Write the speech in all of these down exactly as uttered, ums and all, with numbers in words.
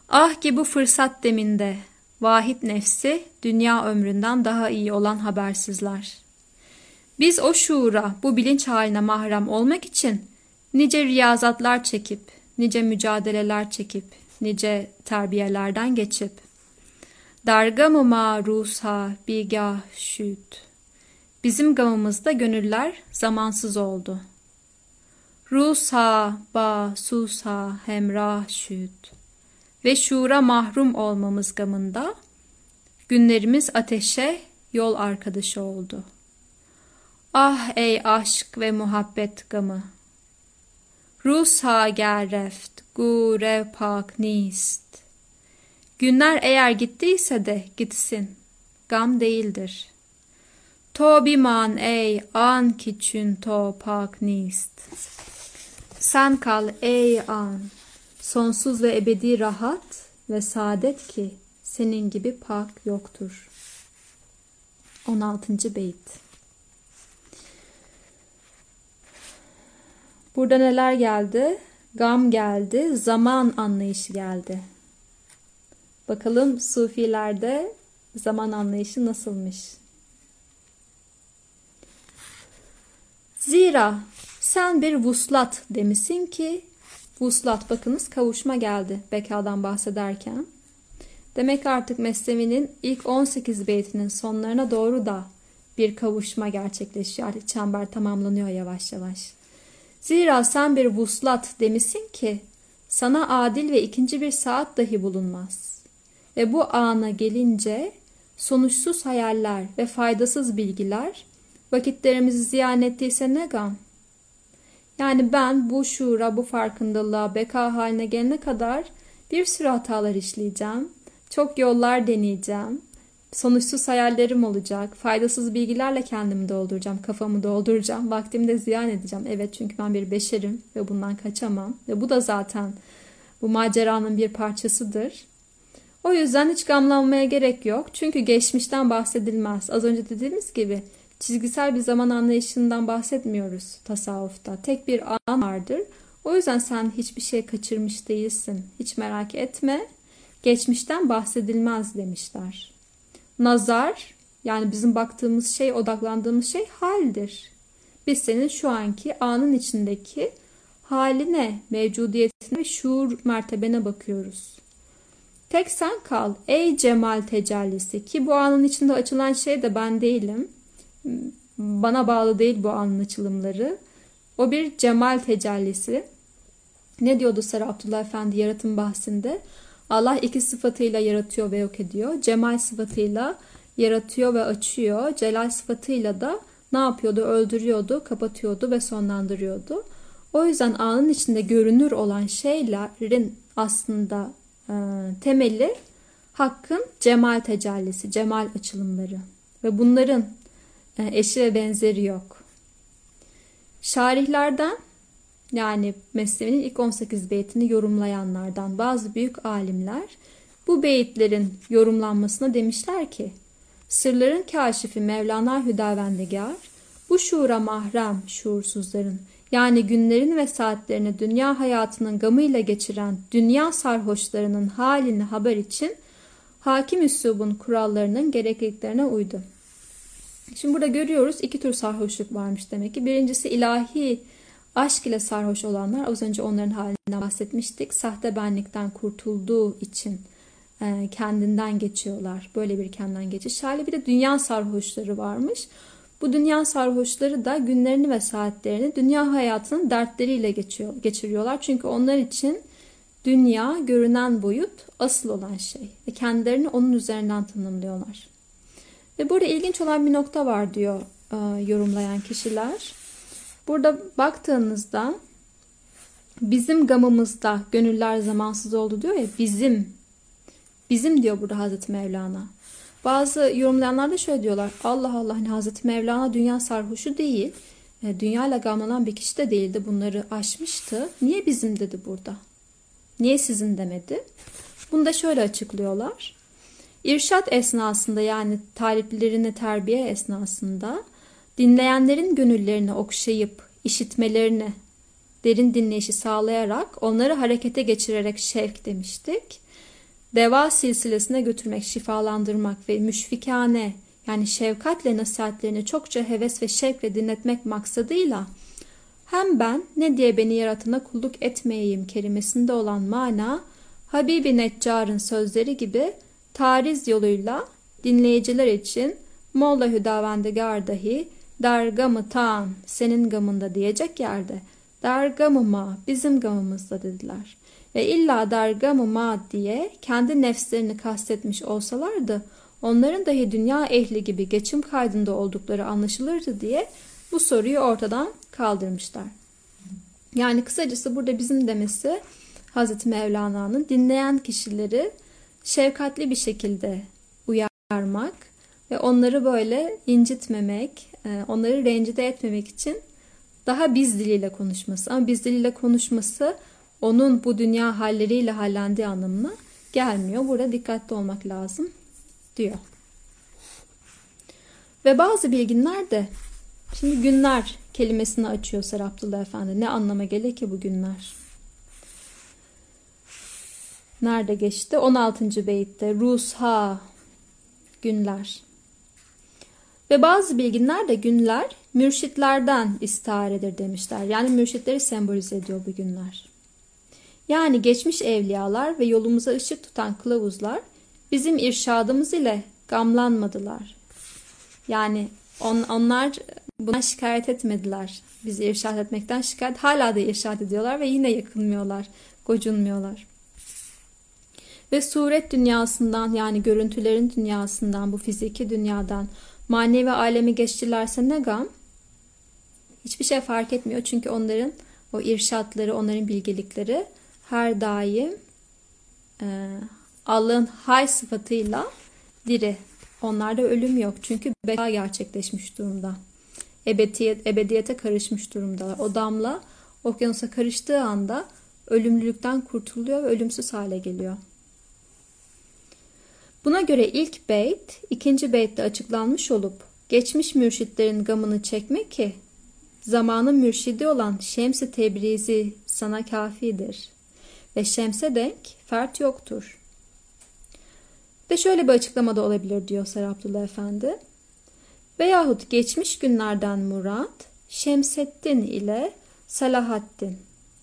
Ah ki bu fırsat deminde, vahid nefsi dünya ömründen daha iyi olan habersizler. Biz o şuura, bu bilinç haline mahrem olmak için nice riyazatlar çekip, nice mücadeleler çekip, nice terbiyelerden geçip, dargam-ı maruzha bigah şüt. Bizim gamımızda gönüller zamansız oldu. Rusa ba susa hemrah şüt. Ve şuura mahrum olmamız gamında günlerimiz ateşe yol arkadaşı oldu. Ah ey aşk ve muhabbet gamı! Rusa gerreft, gure pak nist. Günler eğer gittiyse de gitsin, gam değildir. To biman ey an kiçün to pak nist. Sen kal ey an, sonsuz ve ebedi rahat ve saadet ki senin gibi pak yoktur. on altıncı beyit. Burada neler geldi? Gam geldi, zaman anlayışı geldi. Bakalım Sufilerde zaman anlayışı nasılmış? Zira sen bir vuslat demişsin ki, vuslat bakınız kavuşma geldi bekadan bahsederken. Demek artık Mesnevi'nin ilk on sekiz beytinin sonlarına doğru da bir kavuşma gerçekleşiyor. Artık çember tamamlanıyor yavaş yavaş. Zira sen bir vuslat demişsin ki sana adil ve ikinci bir saat dahi bulunmaz. Ve bu ana gelince sonuçsuz hayaller ve faydasız bilgiler vakitlerimizi ziyan ettiyse ne gam? Yani ben bu şuura, bu farkındalığa, beka haline gelene kadar bir sürü hatalar işleyeceğim. Çok yollar deneyeceğim. Sonuçsuz hayallerim olacak. Faydasız bilgilerle kendimi dolduracağım. Kafamı dolduracağım. Vaktimi de ziyan edeceğim. Evet, çünkü ben bir beşerim ve bundan kaçamam. Ve bu da zaten bu maceranın bir parçasıdır. O yüzden hiç gamlanmaya gerek yok. Çünkü geçmişten bahsedilmez. Az önce dediğimiz gibi çizgisel bir zaman anlayışından bahsetmiyoruz tasavvufta. Tek bir an vardır. O yüzden sen hiçbir şey kaçırmış değilsin. Hiç merak etme. Geçmişten bahsedilmez demişler. Nazar, yani bizim baktığımız şey, odaklandığımız şey haldir. Biz senin şu anki anın içindeki haline, mevcudiyetine ve şuur mertebene bakıyoruz. Tek sen kal ey cemal tecellisi, ki bu anın içinde açılan şey de ben değilim. Bana bağlı değil bu anın açılımları. O bir cemal tecellisi. Ne diyordu Sarı Abdullah Efendi yaratım bahsinde? Allah iki sıfatıyla yaratıyor ve yok ediyor. Cemal sıfatıyla yaratıyor ve açıyor. Celal sıfatıyla da ne yapıyordu? Öldürüyordu, kapatıyordu ve sonlandırıyordu. O yüzden anın içinde görünür olan şeylerin aslında e, temeli Hakk'ın cemal tecellisi, cemal açılımları. Ve bunların e, eşi ve benzeri yok. Şarihlerden, yani Mesnevi'nin ilk on sekiz beytini yorumlayanlardan bazı büyük alimler bu beyitlerin yorumlanmasına demişler ki, sırların kâşifi Mevlana Hüdavendigar bu şuura mahrem şuursuzların, yani günlerin ve saatlerini dünya hayatının gamıyla geçiren dünya sarhoşlarının halini haber için hakim üslubun kurallarının gerekliliklerine uydu. Şimdi burada görüyoruz iki tür sarhoşluk varmış demek ki. Birincisi ilahi aşk ile sarhoş olanlar, az önce onların halinden bahsetmiştik. Sahte benlikten kurtulduğu için e, kendinden geçiyorlar. Böyle bir kendinden geçiş hali. Bir de dünya sarhoşları varmış. Bu dünya sarhoşları da günlerini ve saatlerini dünya hayatının dertleriyle geçiyor, geçiriyorlar. Çünkü onlar için dünya, görünen boyut asıl olan şey. Ve kendilerini onun üzerinden tanımlıyorlar. Ve burada ilginç olan bir nokta var diyor e, yorumlayan kişiler. Burada baktığınızda bizim gamımızda gönüller zamansız oldu diyor ya, bizim bizim diyor burada Hazreti Mevlana. Bazı yorumlayanlar da şöyle diyorlar, Allah Allah, hani Hazreti Mevlana dünya sarhoşu değil, e, dünyayla gamlanan bir kişi de değildi, bunları aşmıştı. Niye bizim dedi burada? Niye sizin demedi? Bunu da şöyle açıklıyorlar. İrşad esnasında, yani taliplerini terbiye esnasında dinleyenlerin gönüllerini okşayıp işitmelerini, derin dinleyişi sağlayarak onları harekete geçirerek şevk demiştik. deva silsilesine götürmek, şifalandırmak ve müşfikane yani şefkatle nasihatlerini çokça heves ve şevkle dinletmek maksadıyla hem ben ne diye beni yaratana kulluk etmeyeyim kelimesinde olan mana Habibi Neccar'ın sözleri gibi tariz yoluyla dinleyiciler için Molla Hüdavendigar dahi der gamı tan senin gamında diyecek yerde der gamı ma bizim gamımızda dediler. Ve illa der gamı ma diye kendi nefslerini kastetmiş olsalardı onların dahi dünya ehli gibi geçim kaydında oldukları anlaşılırdı diye bu soruyu ortadan kaldırmışlar. Yani kısacası burada bizim demesi Hazreti Mevlana'nın dinleyen kişileri şefkatli bir şekilde uyarmak ve onları böyle incitmemek, onları rencide etmemek için daha biz diliyle konuşması. Ama biz diliyle konuşması onun bu dünya halleriyle hallendiği anlamına gelmiyor. Burada dikkatli olmak lazım diyor. Ve bazı bilginler de şimdi günler kelimesini açıyor Sarı Abdullah Efendi. Ne anlama gelir ki bu günler? Nerede geçti? on altıncı beytte Rusha günler. Ve bazı bilginler de günler mürşitlerden istiaredir demişler. Yani mürşitleri sembolize ediyor bu günler. Yani geçmiş evliyalar ve yolumuza ışık tutan kılavuzlar bizim irşadımız ile gamlanmadılar. Yani on, onlar buna şikayet etmediler. Bizi irşad etmekten şikayet, hala da irşad ediyorlar ve yine yakınmıyorlar, gocunmuyorlar. Ve suret dünyasından yani görüntülerin dünyasından, bu fiziki dünyadan manevi aleme geçtilerse ne gam? Hiçbir şey fark etmiyor çünkü onların o irşatları, onların bilgelikleri her daim e, Allah'ın hay sıfatıyla diri. Onlarda ölüm yok çünkü beka gerçekleşmiş durumda. Ebediyet, ebediyete karışmış durumdalar. O damla okyanusa karıştığı anda ölümlülükten kurtuluyor ve ölümsüz hale geliyor. Buna göre ilk beyt, ikinci beytte açıklanmış olup geçmiş mürşitlerin gamını çekmek ki zamanın mürşidi olan Şems-i Tebrizi sana kafidir ve Şems'e denk fert yoktur. Ve şöyle bir açıklama da olabilir diyor Sarı Abdullah Efendi. Veyahut geçmiş günlerden murat Şemseddin ile Salahaddin.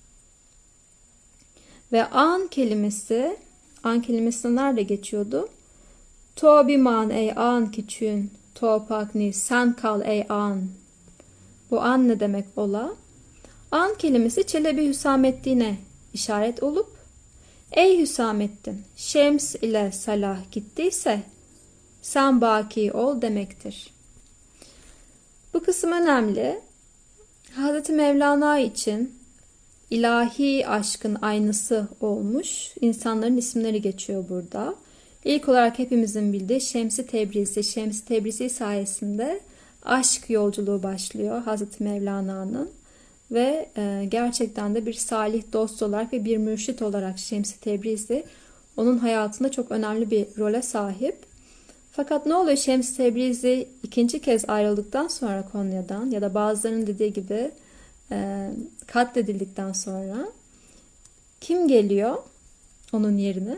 Ve an kelimesi, an kelimesi nerede geçiyordu? To biman ey an kiçün, to pakni sen kal ey an. Bu an ne demek ola? An kelimesi Çelebi Hüsamettin'e işaret olup, ey Hüsamettin, Şems ile Salah gittiyse, sen baki ol demektir. Bu kısım önemli. Hazreti Mevlana için ilahi aşkın aynısı olmuş insanların isimleri geçiyor burada. İlk olarak hepimizin bildiği Şems-i Tebrizi, Şems-i Tebrizi sayesinde aşk yolculuğu başlıyor Hazreti Mevlana'nın. Ve e, gerçekten de bir salih dost olarak ve bir mürşit olarak Şems-i Tebrizi onun hayatında çok önemli bir role sahip. Fakat ne oluyor Şems-i Tebrizi ikinci kez ayrıldıktan sonra Konya'dan ya da bazılarının dediği gibi e, katledildikten sonra kim geliyor onun yerine?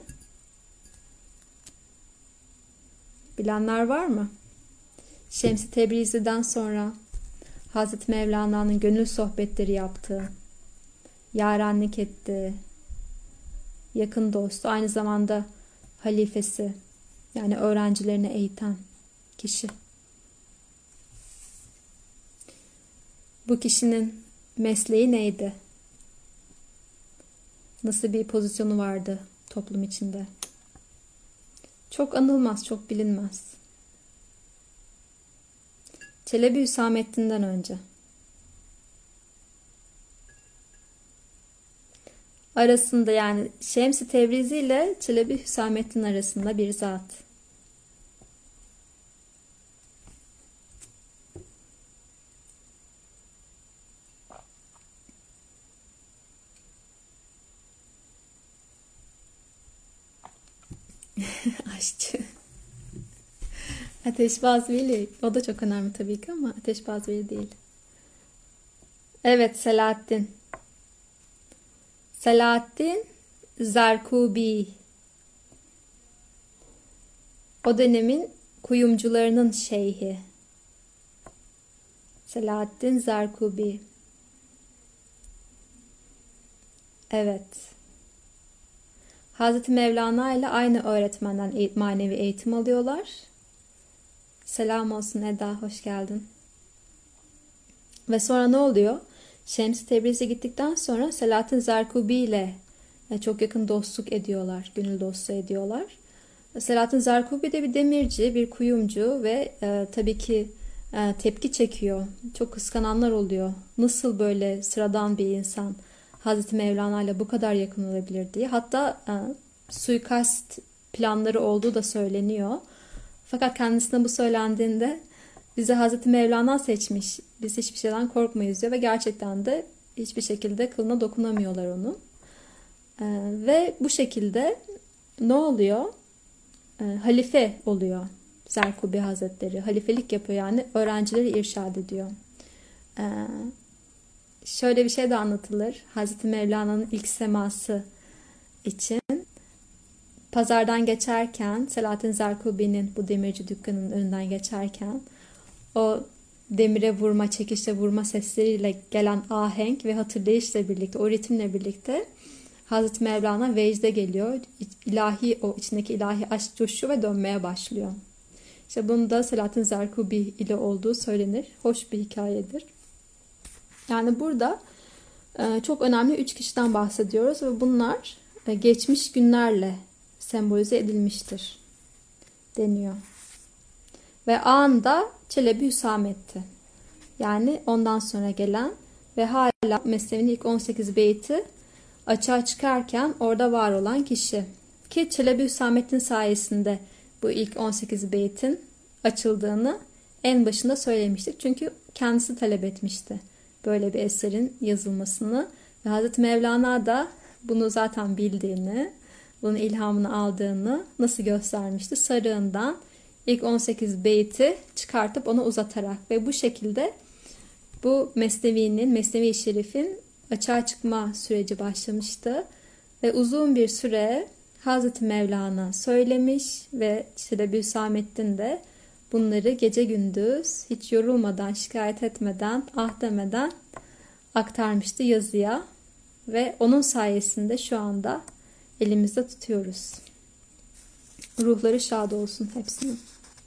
Bilenler var mı? Şems-i Tebrizi'den sonra Hazreti Mevlana'nın gönül sohbetleri yaptığı, yarenlik ettiği, yakın dostu, aynı zamanda halifesi, yani öğrencilerini eğiten kişi. Bu kişinin mesleği neydi? Nasıl bir pozisyonu vardı toplum içinde? Çok anılmaz, çok bilinmez. Çelebi Hüsamettin'den önce. Arasında yani Şems-i Tebrizi ile Çelebi Hüsamettin arasında bir zat. Aşçı. Ateşbaz Veli. O da çok önemli tabii ki ama Ateşbaz Veli değil. Evet, Selahaddin. Selahaddin Zerkubi. O dönemin kuyumcularının şeyhi Selahaddin Zerkubi. Evet. Hazreti Mevlana ile aynı öğretmenden manevi eğitim alıyorlar. Selam olsun Eda, hoş geldin. Ve sonra ne oluyor? Şems-i Tebriz'e gittikten sonra Selahaddin Zerkubi ile çok yakın dostluk ediyorlar, gönül dostu ediyorlar. Selahaddin Zerkubi de bir demirci, bir kuyumcu ve e, tabii ki e, tepki çekiyor. Çok kıskananlar oluyor. Nasıl böyle sıradan bir insan Hazreti Mevlana ile bu kadar yakın olabilir diye. Hatta e, suikast planları olduğu da söyleniyor. Fakat kendisine bu söylendiğinde bizi Hazreti Mevlana seçmiş, biz hiçbir şeyden korkmayız diyor ve gerçekten de hiçbir şekilde kılına dokunamıyorlar onun. E, ve bu şekilde ne oluyor? E, halife oluyor Zerkubi Hazretleri. Halifelik yapıyor, yani öğrencileri irşad ediyor. E, şöyle bir şey de anlatılır. Hazreti Mevlana'nın ilk seması için pazardan geçerken, Selahaddin Zerkubi'nin bu demirci dükkanının önünden geçerken o demire vurma, çekişle vurma sesleriyle gelen ahenk ve hatırlayışla birlikte, o ritimle birlikte Hazreti Mevlana vecde geliyor. İlahi, o içindeki ilahi aşk coşuyor ve dönmeye başlıyor. İşte bunun da Selahaddin Zerkubi ile olduğu söylenir. Hoş bir hikayedir. Yani burada çok önemli üç kişiden bahsediyoruz ve bunlar geçmiş günlerle sembolize edilmiştir deniyor. Ve anında Çelebi Hüsamettin. Yani ondan sonra gelen ve hala Mesnevi'nin ilk on sekiz beyti açığa çıkarken orada var olan kişi. Ki Çelebi Hüsamettin sayesinde bu ilk on sekiz beytin açıldığını en başında söylemiştik. Çünkü kendisi talep etmişti böyle bir eserin yazılmasını. Ve Hazreti Mevlana da bunu zaten bildiğini, bunun ilhamını aldığını nasıl göstermişti? Sarığından ilk on sekiz beyti çıkartıp onu uzatarak ve bu şekilde bu Mesnevi'nin, Mesnevi-i Şerif'in açığa çıkma süreci başlamıştı. Ve uzun bir süre Hazreti Mevlana söylemiş ve Çelebi Hüsamettin de bunları gece gündüz hiç yorulmadan, şikayet etmeden, ah demeden aktarmıştı yazıya. Ve onun sayesinde şu anda elimizde tutuyoruz. Ruhları şad olsun hepsinin.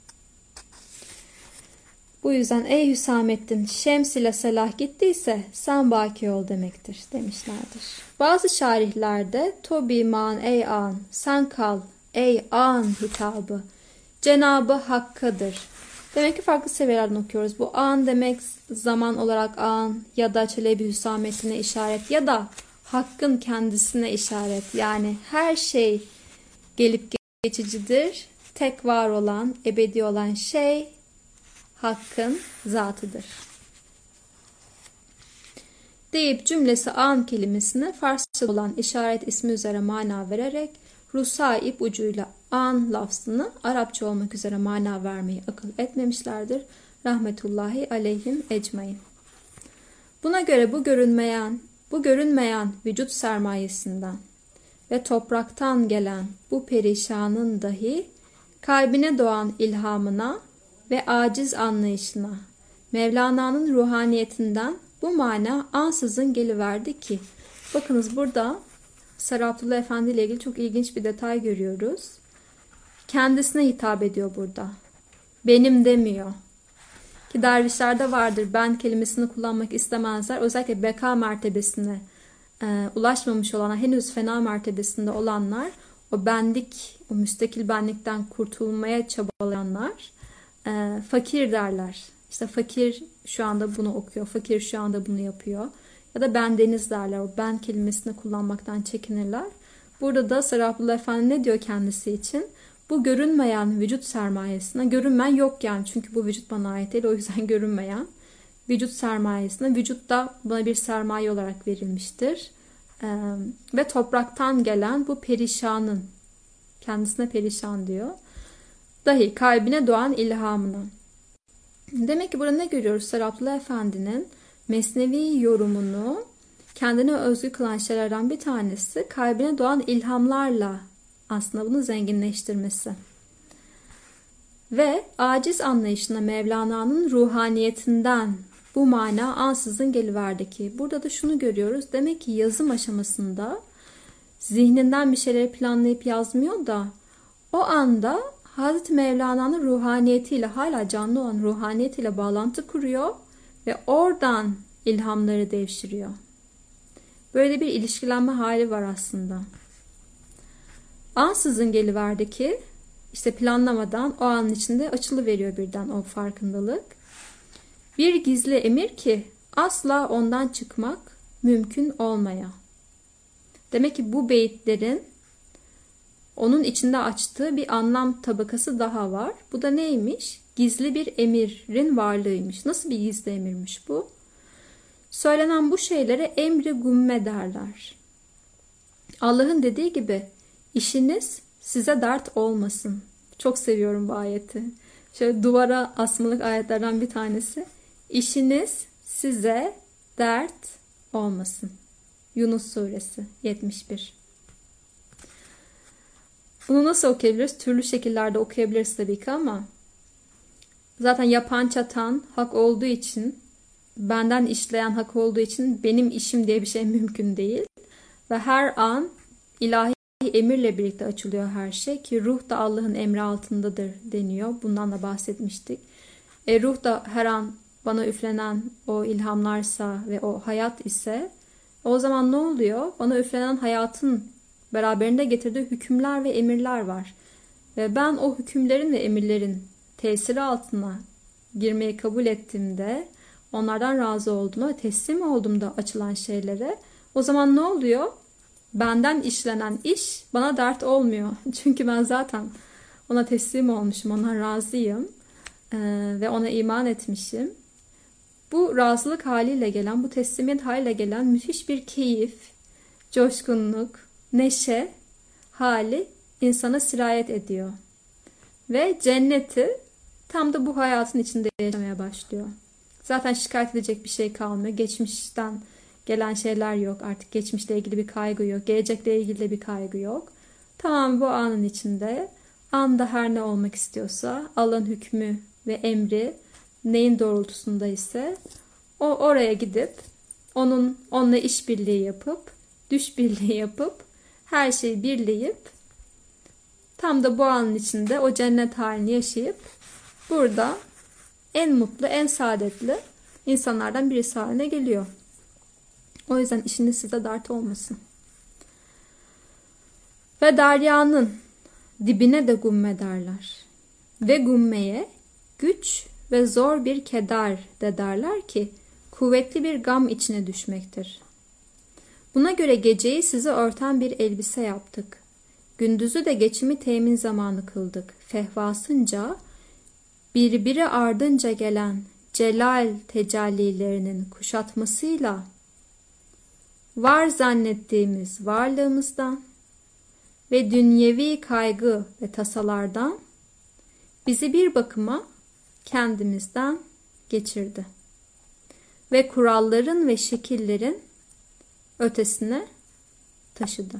Bu yüzden ey Hüsamettin, Şems ile Selah gittiyse sen baki ol demektir demişlerdir. Bazı şarihlerde Tobi man ey an, sen kal ey an hitabı Cenabı Hakk'adır. Demek ki farklı seviyelerden okuyoruz. Bu an demek zaman olarak an ya da Çelebi Hüsamettin'e işaret ya da Hakk'ın kendisine işaret. Yani her şey gelip geçicidir. Tek var olan, ebedi olan şey Hakk'ın zatıdır. Deyip cümlesi an kelimesine Farsça olan işaret ismi üzere mana vererek Rus'a ip ucuyla an lafzını Arapça olmak üzere mana vermeyi akıl etmemişlerdir. Rahmetullahi aleyhim ecmaîn. Buna göre bu görünmeyen, bu görünmeyen vücut sermayesinden ve topraktan gelen bu perişanın dahi kalbine doğan ilhamına ve aciz anlayışına Mevlana'nın ruhaniyetinden bu mana ansızın geliverdi ki, bakınız burada Sarı Abdullah Efendi ile ilgili çok ilginç bir detay görüyoruz. Kendisine hitap ediyor burada. Benim demiyor. Ki dervişlerde vardır, ben kelimesini kullanmak istemezler. Özellikle beka mertebesine e, ulaşmamış olanlar, henüz fena mertebesinde olanlar, o benlik, o müstakil benlikten kurtulmaya çabalayanlar e, fakir derler. İşte fakir şu anda bunu okuyor, fakir şu anda bunu yapıyor. Ya da bendeniz derler. O ben kelimesini kullanmaktan çekinirler. Burada da Sarı Abdullah Efendi ne diyor kendisi için? Bu görünmeyen vücut sermayesine, görünmeyen yok yani çünkü bu vücut bana ait değil, o yüzden görünmeyen vücut sermayesine, vücut da bana bir sermaye olarak verilmiştir. Ee, ve topraktan gelen bu perişanın, kendisine perişan diyor, dahi kalbine doğan ilhamına. Demek ki burada ne görüyoruz? Sarı Abdullah Efendi'nin Mesnevi yorumunu kendine özgü kılan şeylerden bir tanesi kalbine doğan ilhamlarla aslında bunu zenginleştirmesi. Ve aciz anlayışına Mevlana'nın ruhaniyetinden bu mana ansızın geliverdi ki. Burada da şunu görüyoruz. Demek ki yazım aşamasında zihninden bir şeyleri planlayıp yazmıyor da o anda Hazreti Mevlana'nın ruhaniyetiyle, hala canlı olan ruhaniyetiyle bağlantı kuruyor ve oradan ilhamları devşiriyor. Böyle bir ilişkilenme hali var aslında. Ansızın geliverdi ki işte planlamadan o anın içinde açılıveriyor birden o farkındalık. Bir gizli emir ki asla ondan çıkmak mümkün olmaya. Demek ki bu beyitlerin onun içinde açtığı bir anlam tabakası daha var. Bu da neymiş? Gizli bir emirin varlığıymış. Nasıl bir gizli emirmiş bu? Söylenen bu şeylere emri gumme derler. Allah'ın dediği gibi işiniz size dert olmasın. Çok seviyorum bu ayeti. Şöyle duvara asmalık ayetlerden bir tanesi. İşiniz size dert olmasın. Yunus suresi yetmiş bir. Bunu nasıl okuyabiliriz? Türlü şekillerde okuyabiliriz tabii ki ama zaten yapan çatan hak olduğu için, benden işleyen hak olduğu için benim işim diye bir şey mümkün değil. Ve her an ilahi emirle birlikte açılıyor her şey ki ruh da Allah'ın emri altındadır deniyor. Bundan da bahsetmiştik. E, ruh da her an bana üflenen o ilhamlarsa ve o hayat ise o zaman ne oluyor? Bana üflenen hayatın beraberinde getirdiği hükümler ve emirler var. Ve ben o hükümlerin ve emirlerin tesiri altına girmeyi kabul ettiğimde, onlardan razı olduğumda ve teslim olduğumda açılan şeylere, o zaman ne oluyor? Benden işlenen iş bana dert olmuyor. Çünkü ben zaten ona teslim olmuşum, ona razıyım ee, ve ona iman etmişim. Bu razılık haliyle gelen, bu teslimiyet haliyle gelen müthiş bir keyif, coşkunluk, neşe hali insana sirayet ediyor. Ve cenneti tam da bu hayatın içinde yaşamaya başlıyor. Zaten şikayet edecek bir şey kalmıyor. Geçmişten gelen şeyler yok. Artık geçmişle ilgili bir kaygı yok. Gelecekle ilgili de bir kaygı yok. Tamam, bu anın içinde anda her ne olmak istiyorsa, Allah'ın hükmü ve emri neyin doğrultusunda ise o oraya gidip onun onunla işbirliği yapıp, düş birliği yapıp, her şeyi birleyip tam da bu anın içinde o cennet halini yaşayıp burada en mutlu, en saadetli insanlardan birisi haline geliyor. O yüzden işiniz size dert olmasın. Ve deryanın dibine de gumme derler. Ve gummeye güç ve zor bir keder de derler ki kuvvetli bir gam içine düşmektir. Buna göre geceyi sizi örten bir elbise yaptık. Gündüzü de geçimi temin zamanı kıldık. Fehvasınca birbiri ardınca gelen celal tecellilerinin kuşatmasıyla var zannettiğimiz varlığımızdan ve dünyevi kaygı ve tasalardan bizi bir bakıma kendimizden geçirdi. Ve kuralların ve şekillerin ötesine taşıdı.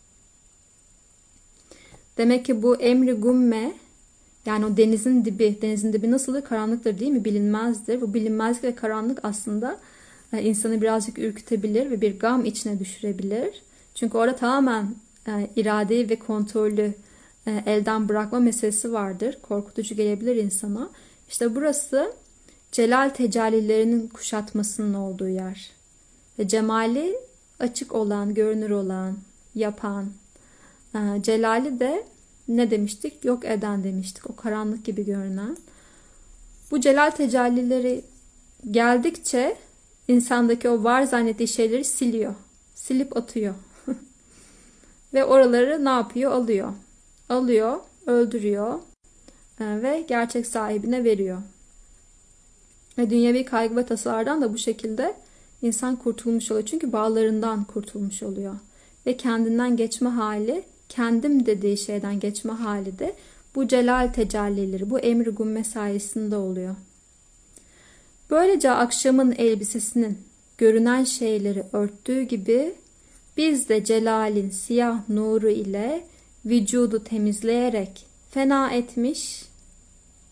Demek ki bu emri gumme, yani o denizin dibi, denizin dibi nasıldır? Karanlıktır değil mi? Bilinmezdir. Bu bilinmezlik ve karanlık aslında insanı birazcık ürkütebilir ve bir gam içine düşürebilir. Çünkü orada tamamen e, iradeyi ve kontrolü e, elden bırakma meselesi vardır. Korkutucu gelebilir insana. İşte burası celal tecellilerinin kuşatmasının olduğu yer. Ve cemali açık olan, görünür olan, yapan, e, celali de ne demiştik? Yok eden demiştik. O karanlık gibi görünen. Bu celal tecellileri geldikçe insandaki o var zannettiği şeyleri siliyor. Silip atıyor. Ve oraları ne yapıyor? Alıyor. Alıyor, öldürüyor e, ve gerçek sahibine veriyor. Ve dünyevi kaygı ve tasalardan da bu şekilde insan kurtulmuş oluyor. Çünkü bağlarından kurtulmuş oluyor. Ve kendinden geçme hali, kendim dediği şeyden geçme hali de bu celal tecellileri, bu emri gumme sayesinde oluyor. Böylece akşamın elbisesinin görünen şeyleri örttüğü gibi biz de celalin siyah nuru ile vücudu temizleyerek fena etmiş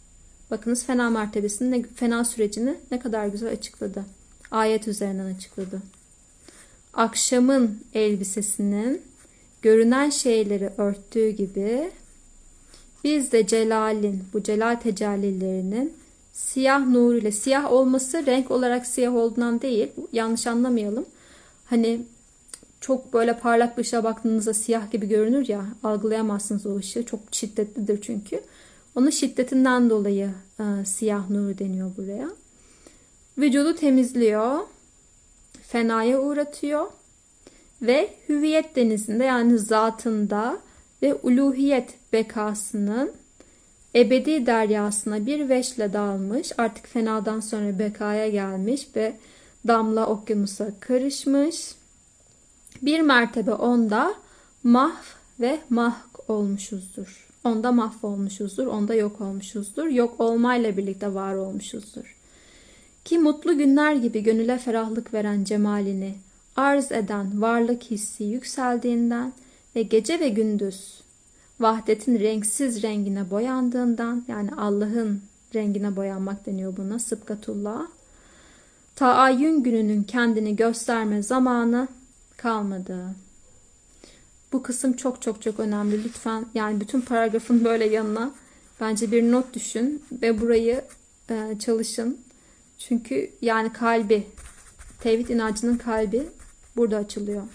Bakınız fena mertebesini, fena sürecini ne kadar güzel açıkladı. Ayet üzerinden açıkladı. Akşamın elbisesinin görünen şeyleri örttüğü gibi biz de celalin, bu celal tecellilerinin siyah nur ile, siyah olması renk olarak siyah olduğundan değil, yanlış anlamayalım. Hani çok böyle parlak bir ışığa baktığınızda siyah gibi görünür ya, algılayamazsınız o ışığı. Çok şiddetlidir çünkü. Onun şiddetinden dolayı e, siyah nuru deniyor buraya. Vücudu temizliyor, fenaya uğratıyor ve hüviyet denizinde, yani zatında ve uluhiyet bekasının ebedi deryasına bir veçle dalmış, artık fenadan sonra bekaya gelmiş ve damla okyanusa karışmış. Bir mertebe onda mahv ve mahk olmuşuzdur. Onda mahvolmuşuzdur, onda yok olmuşuzdur. Yok olmayla birlikte var olmuşuzdur. Ki mutlu günler gibi gönüle ferahlık veren cemalini arz eden varlık hissi yükseldiğinden ve gece ve gündüz vahdetin renksiz rengine boyandığından, yani Allah'ın rengine boyanmak deniyor buna, sıbgatullah, taayyün gününün kendini gösterme zamanı kalmadı. Bu kısım çok çok çok önemli. Lütfen, yani bütün paragrafın böyle yanına bence bir not düşün ve burayı e, çalışın. Çünkü yani kalbi, tevhid inancının kalbi burada açılıyor.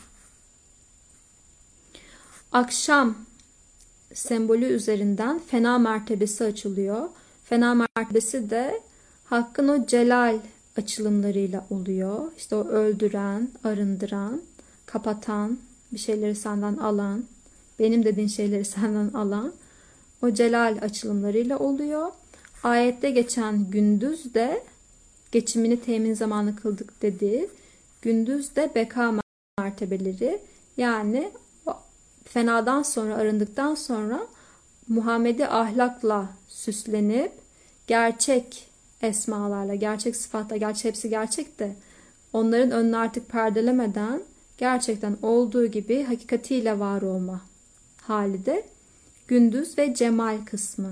Akşam sembolü üzerinden fena mertebesi açılıyor. Fena mertebesi de Hakk'ın o celal açılımlarıyla oluyor. İşte o öldüren, arındıran, kapatan, bir şeyleri senden alan, benim dediğin şeyleri senden alan o celal açılımlarıyla oluyor. Ayette geçen gündüz de geçimini temin zamanı kıldık dediği gündüz de beka mertebeleri, yani fenadan sonra, arındıktan sonra Muhammed'i ahlakla süslenip gerçek esmalarla, gerçek sıfatla, gerçi hepsi gerçek de onların önünü artık perdelemeden gerçekten olduğu gibi hakikatiyle var olma hali de gündüz ve cemal kısmı.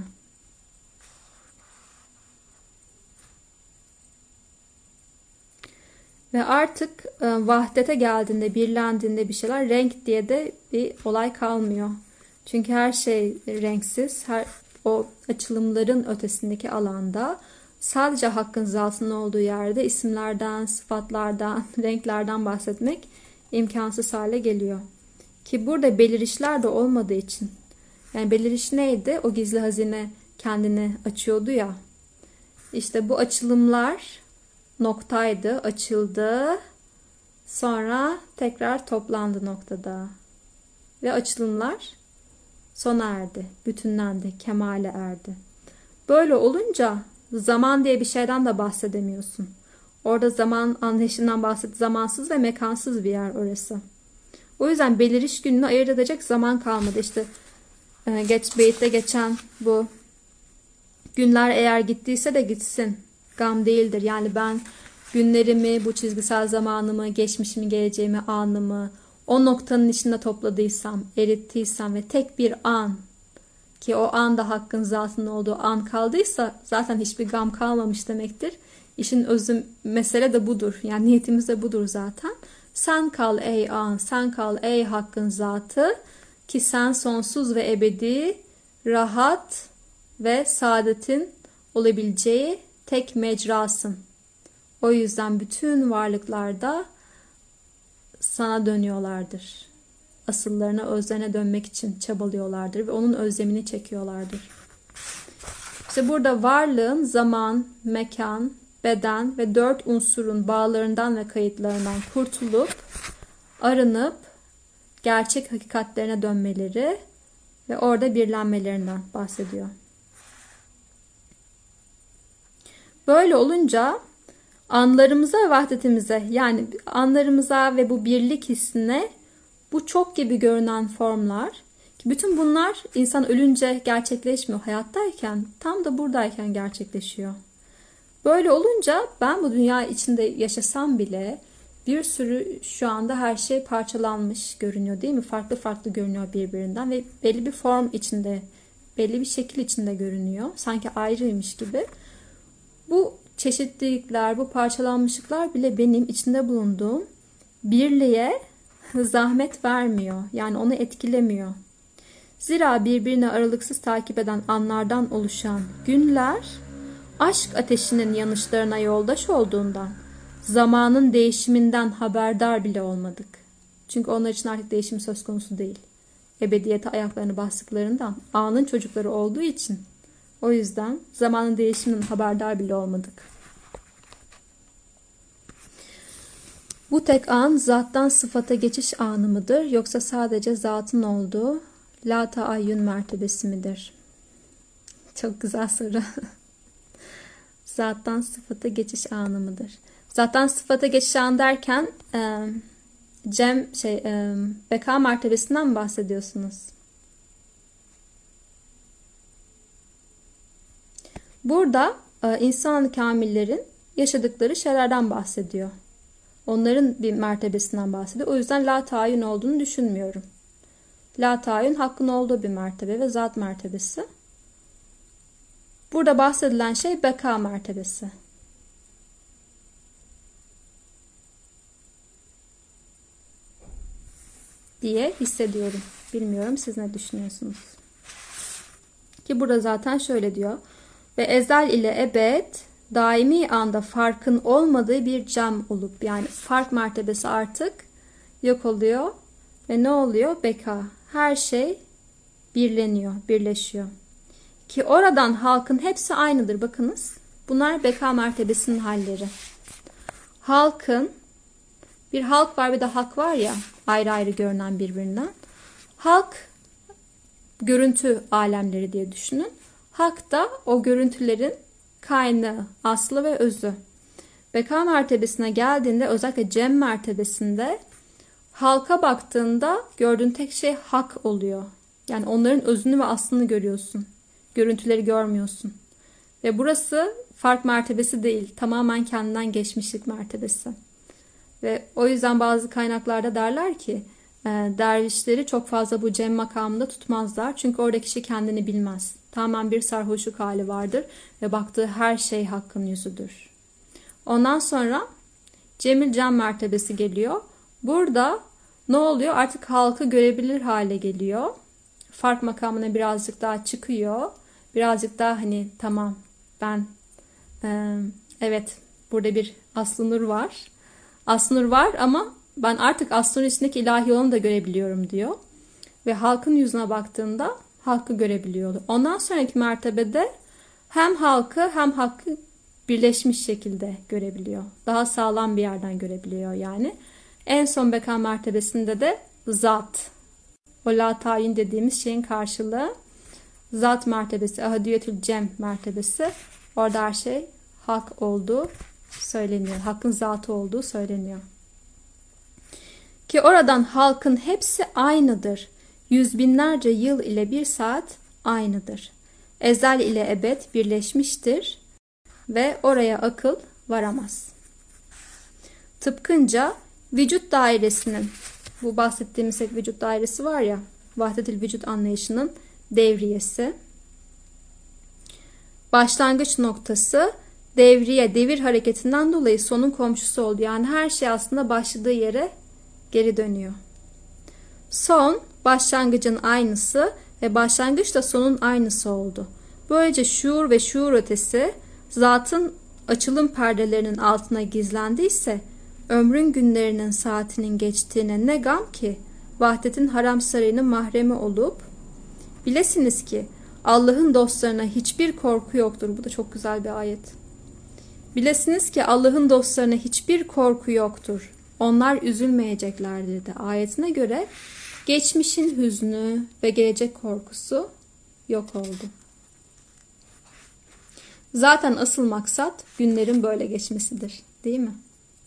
Ve artık e, vahdete geldiğinde, birlendiğinde bir şeyler, renk diye de bir olay kalmıyor. Çünkü her şey renksiz. Her, o açılımların ötesindeki alanda sadece Hakk'ın zatının olduğu yerde isimlerden, sıfatlardan, renklerden bahsetmek imkansız hale geliyor. Ki burada belirişler de olmadığı için. Yani beliriş neydi? O gizli hazine kendini açıyordu ya. İşte bu açılımlar noktaydı, açıldı. Sonra tekrar toplandı noktada. Ve açılımlar sona erdi, bütünlendi, kemale erdi. Böyle olunca zaman diye bir şeyden de bahsedemiyorsun. Orada zaman anlayışından bahset, zamansız ve mekansız bir yer orası. O yüzden beliriş gününü ayırt edecek zaman kalmadı. İşte geç beyitte geçen bu günler eğer gittiyse de gitsin. Gam değildir. Yani ben günlerimi, bu çizgisel zamanımı, geçmişimi, geleceğimi, anımı o noktanın içinde topladıysam, erittiysem ve tek bir an, ki o anda Hakk'ın zatının olduğu an kaldıysa zaten hiçbir gam kalmamış demektir. İşin özü, mesele de budur. Yani niyetimiz de budur zaten. Sen kal ey an, sen kal ey Hakk'ın zatı, ki sen sonsuz ve ebedi, rahat ve saadetin olabileceği tek mecrasın. O yüzden bütün varlıklarda sana dönüyorlardır. Asıllarına, özlerine dönmek için çabalıyorlardır ve onun özlemini çekiyorlardır. İşte burada varlığın zaman, mekan, beden ve dört unsurun bağlarından ve kayıtlarından kurtulup, arınıp, gerçek hakikatlerine dönmeleri ve orada birlenmelerinden bahsediyor. Böyle olunca anlarımıza ve vahdetimize, yani anlarımıza ve bu birlik hissine bu çok gibi görünen formlar, bütün bunlar insan ölünce gerçekleşmiyor, hayattayken, tam da buradayken gerçekleşiyor. Böyle olunca ben bu dünya içinde yaşasam bile bir sürü şu anda her şey parçalanmış görünüyor, değil mi? Farklı farklı görünüyor birbirinden ve belli bir form içinde belli bir şekil içinde görünüyor. Sanki ayrıymış gibi. Bu çeşitlilikler, bu parçalanmışlıklar bile benim içinde bulunduğum birliğe zahmet vermiyor. Yani onu etkilemiyor. Zira birbirini aralıksız takip eden anlardan oluşan günler aşk ateşinin yanışlarına yoldaş olduğundan zamanın değişiminden haberdar bile olmadık. Çünkü onlar için artık değişim söz konusu değil. Ebediyete ayaklarını bastıklarından anın çocukları olduğu için o yüzden zamanın değişiminden haberdar bile olmadık. Bu tek an zattan sıfata geçiş anı mıdır yoksa sadece zatın olduğu la taayyün mertebesi midir? Çok güzel soru. Zattan sıfata geçiş anı mıdır? Zattan sıfata geçiş anı derken e, Cem şey e, beka mertebesinden mi bahsediyorsunuz? Burada e, insan kamillerin yaşadıkları şeylerden bahsediyor. Onların bir mertebesinden bahsediyor. O yüzden la tayin olduğunu düşünmüyorum. La tayin hakkın olduğu bir mertebe ve zat mertebesi. Burada bahsedilen şey beka mertebesi. Diye hissediyorum. Bilmiyorum siz ne düşünüyorsunuz? Ki burada zaten şöyle diyor. Ve ezel ile ebed daimi anda farkın olmadığı bir cem olup yani fark mertebesi artık yok oluyor ve ne oluyor? Beka. Her şey birleniyor, birleşiyor. Ki oradan halkın hepsi aynıdır. Bakınız. Bunlar beka mertebesinin halleri. Halkın bir halk var bir de hak var ya ayrı ayrı görünen birbirinden. Halk görüntü alemleri diye düşünün. Hak da o görüntülerin kaynağı, aslı ve özü. Beka mertebesine geldiğinde özellikle cem mertebesinde halka baktığında gördüğün tek şey hak oluyor. Yani onların özünü ve aslını görüyorsun. Görüntüleri görmüyorsun. Ve burası fark mertebesi değil. Tamamen kendinden geçmişlik mertebesi. Ve o yüzden bazı kaynaklarda derler ki dervişleri çok fazla bu cem makamında tutmazlar. Çünkü orada kişi kendini bilmez. Tamamen bir sarhoşluk hali vardır. Ve baktığı her şey hakkın yüzüdür. Ondan sonra cemil cem mertebesi geliyor. Burada ne oluyor? Artık halkı görebilir hale geliyor. Fark makamına birazcık daha çıkıyor. Birazcık daha hani tamam ben e, evet burada bir Aslı Nur var. Aslı Nur var ama ben artık Aslı Nur'un içindeki ilahi olanı da görebiliyorum diyor. Ve halkın yüzüne baktığında halkı görebiliyor. Ondan sonraki mertebede hem halkı hem hakkı birleşmiş şekilde görebiliyor. Daha sağlam bir yerden görebiliyor yani. En son beka mertebesinde de zat. O la tayin dediğimiz şeyin karşılığı zat mertebesi, ahadiyetül cem mertebesi. Orada her şey hak olduğu söyleniyor. Hakkın zatı olduğu söyleniyor. Ki oradan halkın hepsi aynıdır. Yüz binlerce yıl ile bir saat aynıdır. Ezel ile ebed birleşmiştir ve oraya akıl varamaz. Tıpkınca vücut dairesinin, bu bahsettiğimiz tek vücut dairesi var ya, vahdetül vücut anlayışının devriyesi. Başlangıç noktası devriye, devir hareketinden dolayı sonun komşusu oldu. Yani her şey aslında başladığı yere geri dönüyor. Son, başlangıcın aynısı ve başlangıç da sonun aynısı oldu. Böylece şuur ve şuur ötesi zatın açılım perdelerinin altına gizlendiyse ömrün günlerinin saatinin geçtiğine ne gam ki vahdetin haram sarayının mahremi olup bilesiniz ki Allah'ın dostlarına hiçbir korku yoktur. Bu da çok güzel bir ayet. Bilesiniz ki Allah'ın dostlarına hiçbir korku yoktur. Onlar üzülmeyeceklerdir de ayetine göre geçmişin hüznü ve gelecek korkusu yok oldu. Zaten asıl maksat günlerin böyle geçmesidir, değil mi?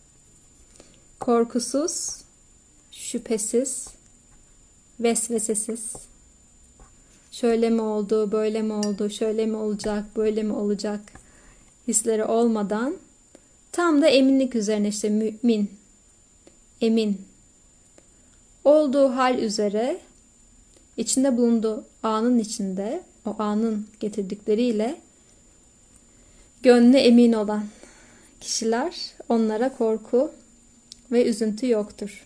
Korkusuz, şüphesiz, vesvesesiz. Şöyle mi oldu, böyle mi oldu, şöyle mi olacak, böyle mi olacak hisleri olmadan tam da eminlik üzerine işte mümin, emin olduğu hal üzere içinde bulunduğu anın içinde, o anın getirdikleriyle gönlü emin olan kişiler, onlara korku ve üzüntü yoktur.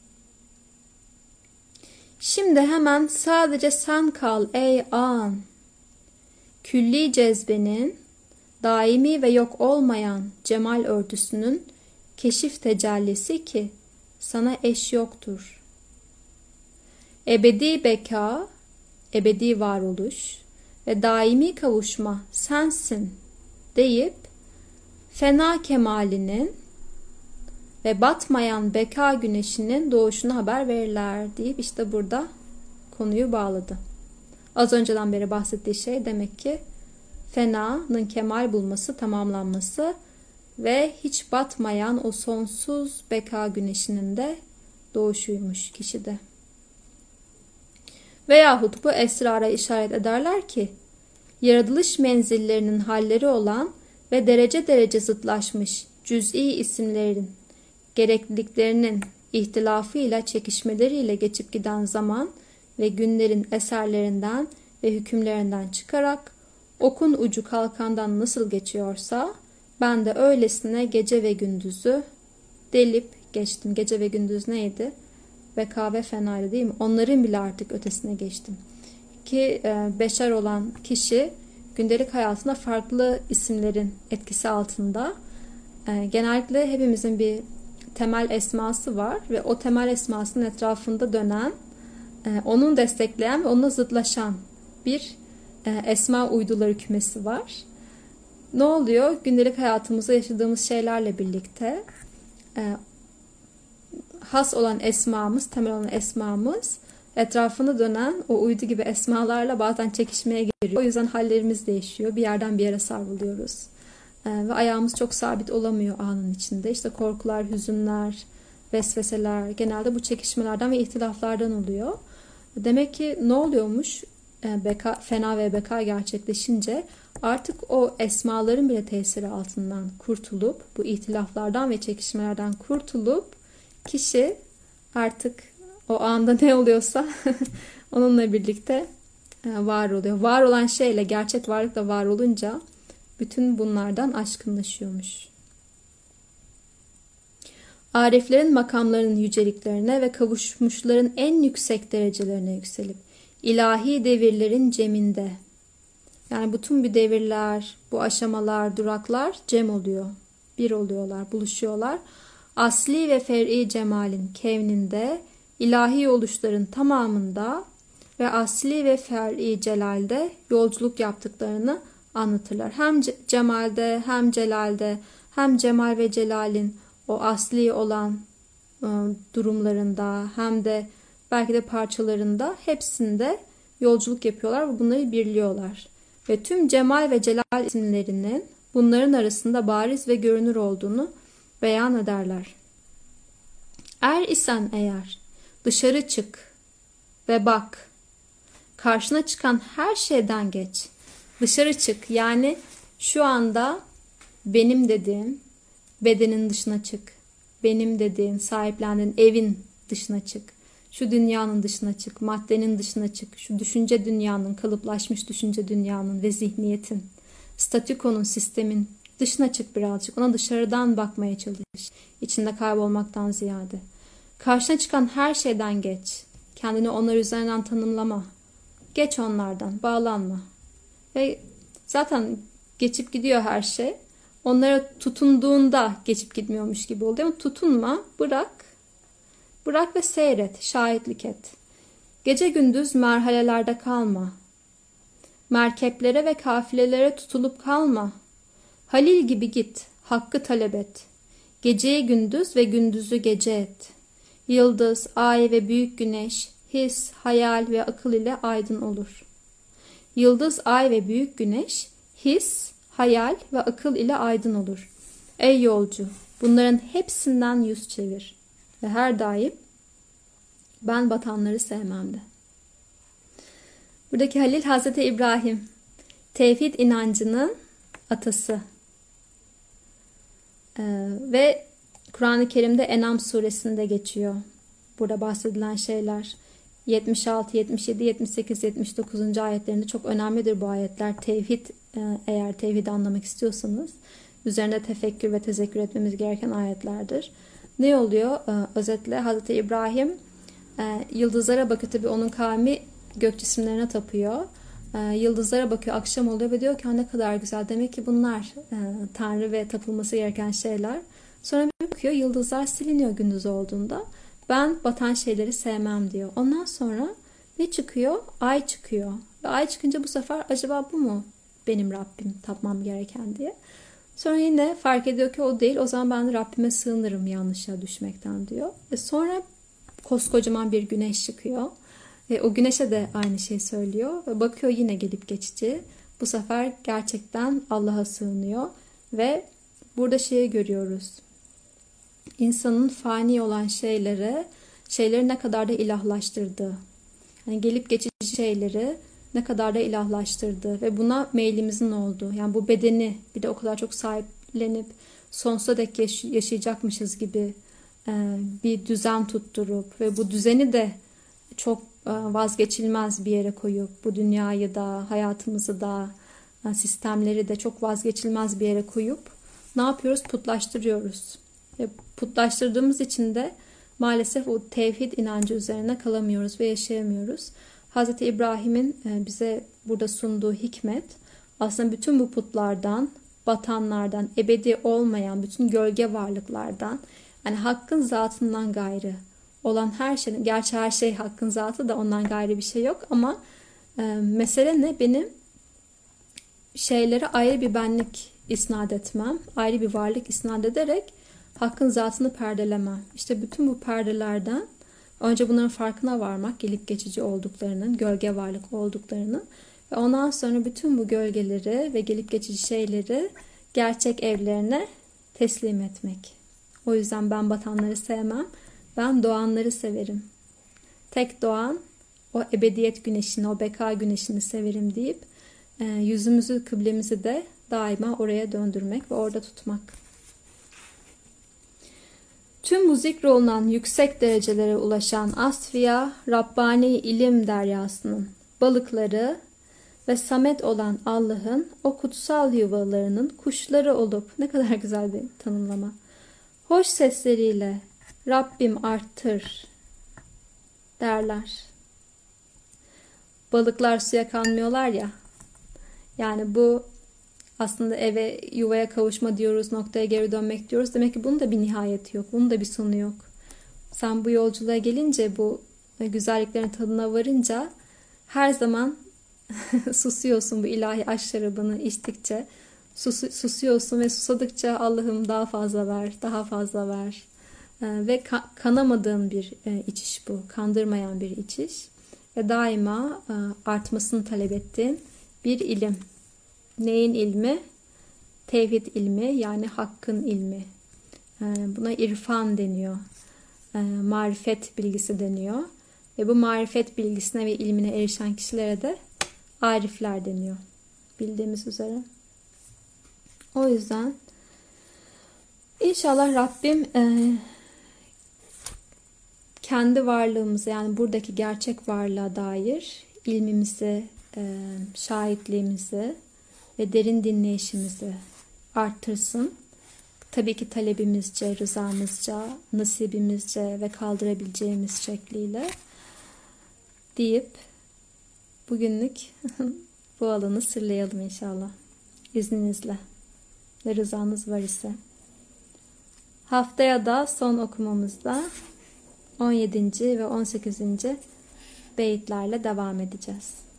Şimdi hemen sadece sen kal ey an. Külli cezbenin, daimi ve yok olmayan cemal örtüsünün keşif tecellisi ki sana eş yoktur. Ebedi beka, ebedi varoluş ve daimi kavuşma sensin deyip fena kemalinin ve batmayan beka güneşinin doğuşunu haber verirler deyip işte burada konuyu bağladı. Az önceden beri bahsettiği şey demek ki fenanın kemal bulması, tamamlanması ve hiç batmayan o sonsuz beka güneşinin de doğuşuymuş kişide. Veyahut bu esrara işaret ederler ki yaratılış menzillerinin halleri olan ve derece derece zıtlaşmış cüz'i isimlerin gerekliliklerinin ihtilafıyla, çekişmeleriyle geçip giden zaman ve günlerin eserlerinden ve hükümlerinden çıkarak okun ucu kalkandan nasıl geçiyorsa ben de öylesine gece ve gündüzü delip geçtim. Gece ve gündüz neydi? Beka ve fenaydı değil mi? Onların bile artık ötesine geçtim. Ki e, beşer olan kişi gündelik hayatında farklı isimlerin etkisi altında. E, genellikle hepimizin bir temel esması var ve o temel esmasının etrafında dönen, e, onun destekleyen ve onunla zıtlaşan bir e, esma uyduları kümesi var. Ne oluyor? Gündelik hayatımızda yaşadığımız şeylerle birlikte e, has olan esmamız, temel olan esmamız etrafında dönen o uydu gibi esmalarla bazen çekişmeye giriyor. O yüzden hallerimiz değişiyor. Bir yerden bir yere savruluyoruz. Ee, ve ayağımız çok sabit olamıyor anın içinde. İşte korkular, hüzünler, vesveseler genelde bu çekişmelerden ve ihtilaflardan oluyor. Demek ki ne oluyormuş? Ee, beka, fena ve beka gerçekleşince artık o esmaların bile tesiri altından kurtulup, bu ihtilaflardan ve çekişmelerden kurtulup kişi artık o anda ne oluyorsa onunla birlikte var oluyor. Var olan şeyle gerçek varlık da var olunca bütün bunlardan aşkınlaşıyormuş. Ariflerin makamlarının yüceliklerine ve kavuşmuşların en yüksek derecelerine yükselip ilahi devirlerin ceminde, yani bütün bu devirler, bu aşamalar, duraklar cem oluyor. Bir oluyorlar, buluşuyorlar. Asli ve fer'i cemalin kevninde, ilahi oluşların tamamında ve asli ve fer'i celalde yolculuk yaptıklarını anlatırlar. Hem cemalde hem celalde hem cemal ve celalin o asli olan ıı, durumlarında hem de belki de parçalarında hepsinde yolculuk yapıyorlar ve bunları birliyorlar. Ve tüm cemal ve celal isimlerinin bunların arasında bariz ve görünür olduğunu beyan ederler. Er isen eğer dışarı çık ve bak, karşına çıkan her şeyden geç. Dışarı çık, yani şu anda benim dediğin bedenin dışına çık. Benim dediğin sahiplendiğin evin dışına çık. Şu dünyanın dışına çık, maddenin dışına çık. Şu düşünce dünyanın, kalıplaşmış düşünce dünyanın ve zihniyetin, statükonun, sistemin dışına çık birazcık. Ona dışarıdan bakmaya çalış. İçinde kaybolmaktan ziyade. Karşına çıkan her şeyden geç. Kendini onlar üzerinden tanımlama. Geç onlardan, bağlanma. Ve zaten geçip gidiyor her şey. Onlara tutunduğunda geçip gitmiyormuş gibi oluyor ama tutunma, bırak. Bırak ve seyret, şahitlik et. Gece gündüz merhalelerde kalma. Merkeplere ve kafilelere tutulup kalma. Halil gibi git, hakkı talep et. Geceyi gündüz ve gündüzü gece et. Yıldız, ay ve büyük güneş, his, hayal ve akıl ile aydın olur. Yıldız, ay ve büyük güneş, his, hayal ve akıl ile aydın olur. Ey yolcu, bunların hepsinden yüz çevir. Ve her daim ben batanları sevmem de. Buradaki Halil Hazreti İbrahim, tevhid inancının atası. Ee, ve Kur'an-ı Kerim'de En'am suresinde geçiyor. Burada bahsedilen şeyler. yetmiş altı, yetmiş yedi, yetmiş sekiz, yetmiş dokuzuncu ayetlerinde çok önemlidir bu ayetler. Tevhid, eğer tevhidi anlamak istiyorsanız üzerinde tefekkür ve tezekkür etmemiz gereken ayetlerdir. Ne oluyor? Özetle Hazreti İbrahim yıldızlara bakıyor. Tabii onun kavmi gök cisimlerine tapıyor. Yıldızlara bakıyor, akşam oluyor ve diyor ki ne kadar güzel. Demek ki bunlar Tanrı ve tapılması gereken şeyler. Sonra bir bakıyor, yıldızlar siliniyor gündüz olduğunda. Ben batan şeyleri sevmem diyor. Ondan sonra ne çıkıyor? Ay çıkıyor. Ve ay çıkınca bu sefer acaba bu mu benim Rabbim, tapmam gereken diye. Sonra yine fark ediyor ki o değil. O zaman ben Rabbime sığınırım yanlışa düşmekten diyor. Ve sonra koskocaman bir güneş çıkıyor. Ve o güneşe de aynı şeyi söylüyor. Ve bakıyor yine gelip geçici. Bu sefer gerçekten Allah'a sığınıyor. Ve burada şeyi görüyoruz. İnsanın fani olan şeylere, şeyleri ne kadar da ilahlaştırdığı. Yani gelip geçici şeyleri ne kadar da ilahlaştırdığı ve buna meylimizin olduğu. Yani bu bedeni bir de o kadar çok sahiplenip sonsuza dek yaş- yaşayacakmışız gibi e, bir düzen tutturup ve bu düzeni de çok e, vazgeçilmez bir yere koyup bu dünyayı da, hayatımızı da, e, sistemleri de çok vazgeçilmez bir yere koyup ne yapıyoruz? Putlaştırıyoruz. Ve putlaştırdığımız için de maalesef o tevhid inancı üzerine kalamıyoruz ve yaşayamıyoruz. Hazreti İbrahim'in bize burada sunduğu hikmet aslında bütün bu putlardan, batanlardan, ebedi olmayan bütün gölge varlıklardan, yani Hakk'ın zatından gayrı olan her şeyin, gerçi her şey Hakk'ın zatı da ondan gayrı bir şey yok ama e, mesele ne? Benim şeylere ayrı bir benlik isnat etmem, ayrı bir varlık isnat ederek Hakk'ın zatını perdelemem. İşte bütün bu perdelerden önce bunların farkına varmak, gelip geçici olduklarının, gölge varlık olduklarının ve ondan sonra bütün bu gölgeleri ve gelip geçici şeyleri gerçek evlerine teslim etmek. O yüzden ben batanları sevmem, ben doğanları severim. Tek doğan o ebediyet güneşini, o beka güneşini severim deyip yüzümüzü, kıblemizi de daima oraya döndürmek ve orada tutmak. Tüm bu zikrolunan yüksek derecelere ulaşan Asfiya, Rabbani ilim deryasının balıkları ve Samet olan Allah'ın o kutsal yuvalarının kuşları olup, ne kadar güzel bir tanımlama, hoş sesleriyle Rabbim arttır derler. Balıklar suya kanmıyorlar ya, yani bu aslında eve, yuvaya kavuşma diyoruz, noktaya geri dönmek diyoruz. Demek ki bunun da bir nihayeti yok, bunun da bir sonu yok. Sen bu yolculuğa gelince, bu güzelliklerin tadına varınca her zaman susuyorsun bu ilahi aşk şarabını içtikçe. Sus, susuyorsun ve susadıkça Allah'ım daha fazla ver, daha fazla ver. Ee, ve ka- kanamadığın bir e, içiş bu, kandırmayan bir içiş. Ve daima e, artmasını talep ettiğin bir ilim. Neyin ilmi? Tevhid ilmi, yani Hakk'ın ilmi. Buna irfan deniyor. Marifet bilgisi deniyor. Ve bu marifet bilgisine ve ilmine erişen kişilere de arifler deniyor. Bildiğimiz üzere. O yüzden inşallah Rabbim kendi varlığımızı, yani buradaki gerçek varlığa dair ilmimizi, şahitliğimizi ve derin dinleyişimizi arttırsın. Tabii ki talebimizce, rızamızca, nasibimizce ve kaldırabileceğimiz şekliyle deyip bugünlük bu alanı sırlayalım inşallah. İzninizle ve rızanız var ise. Haftaya da son okumamızda on yedinci ve on sekizinci beyitlerle devam edeceğiz.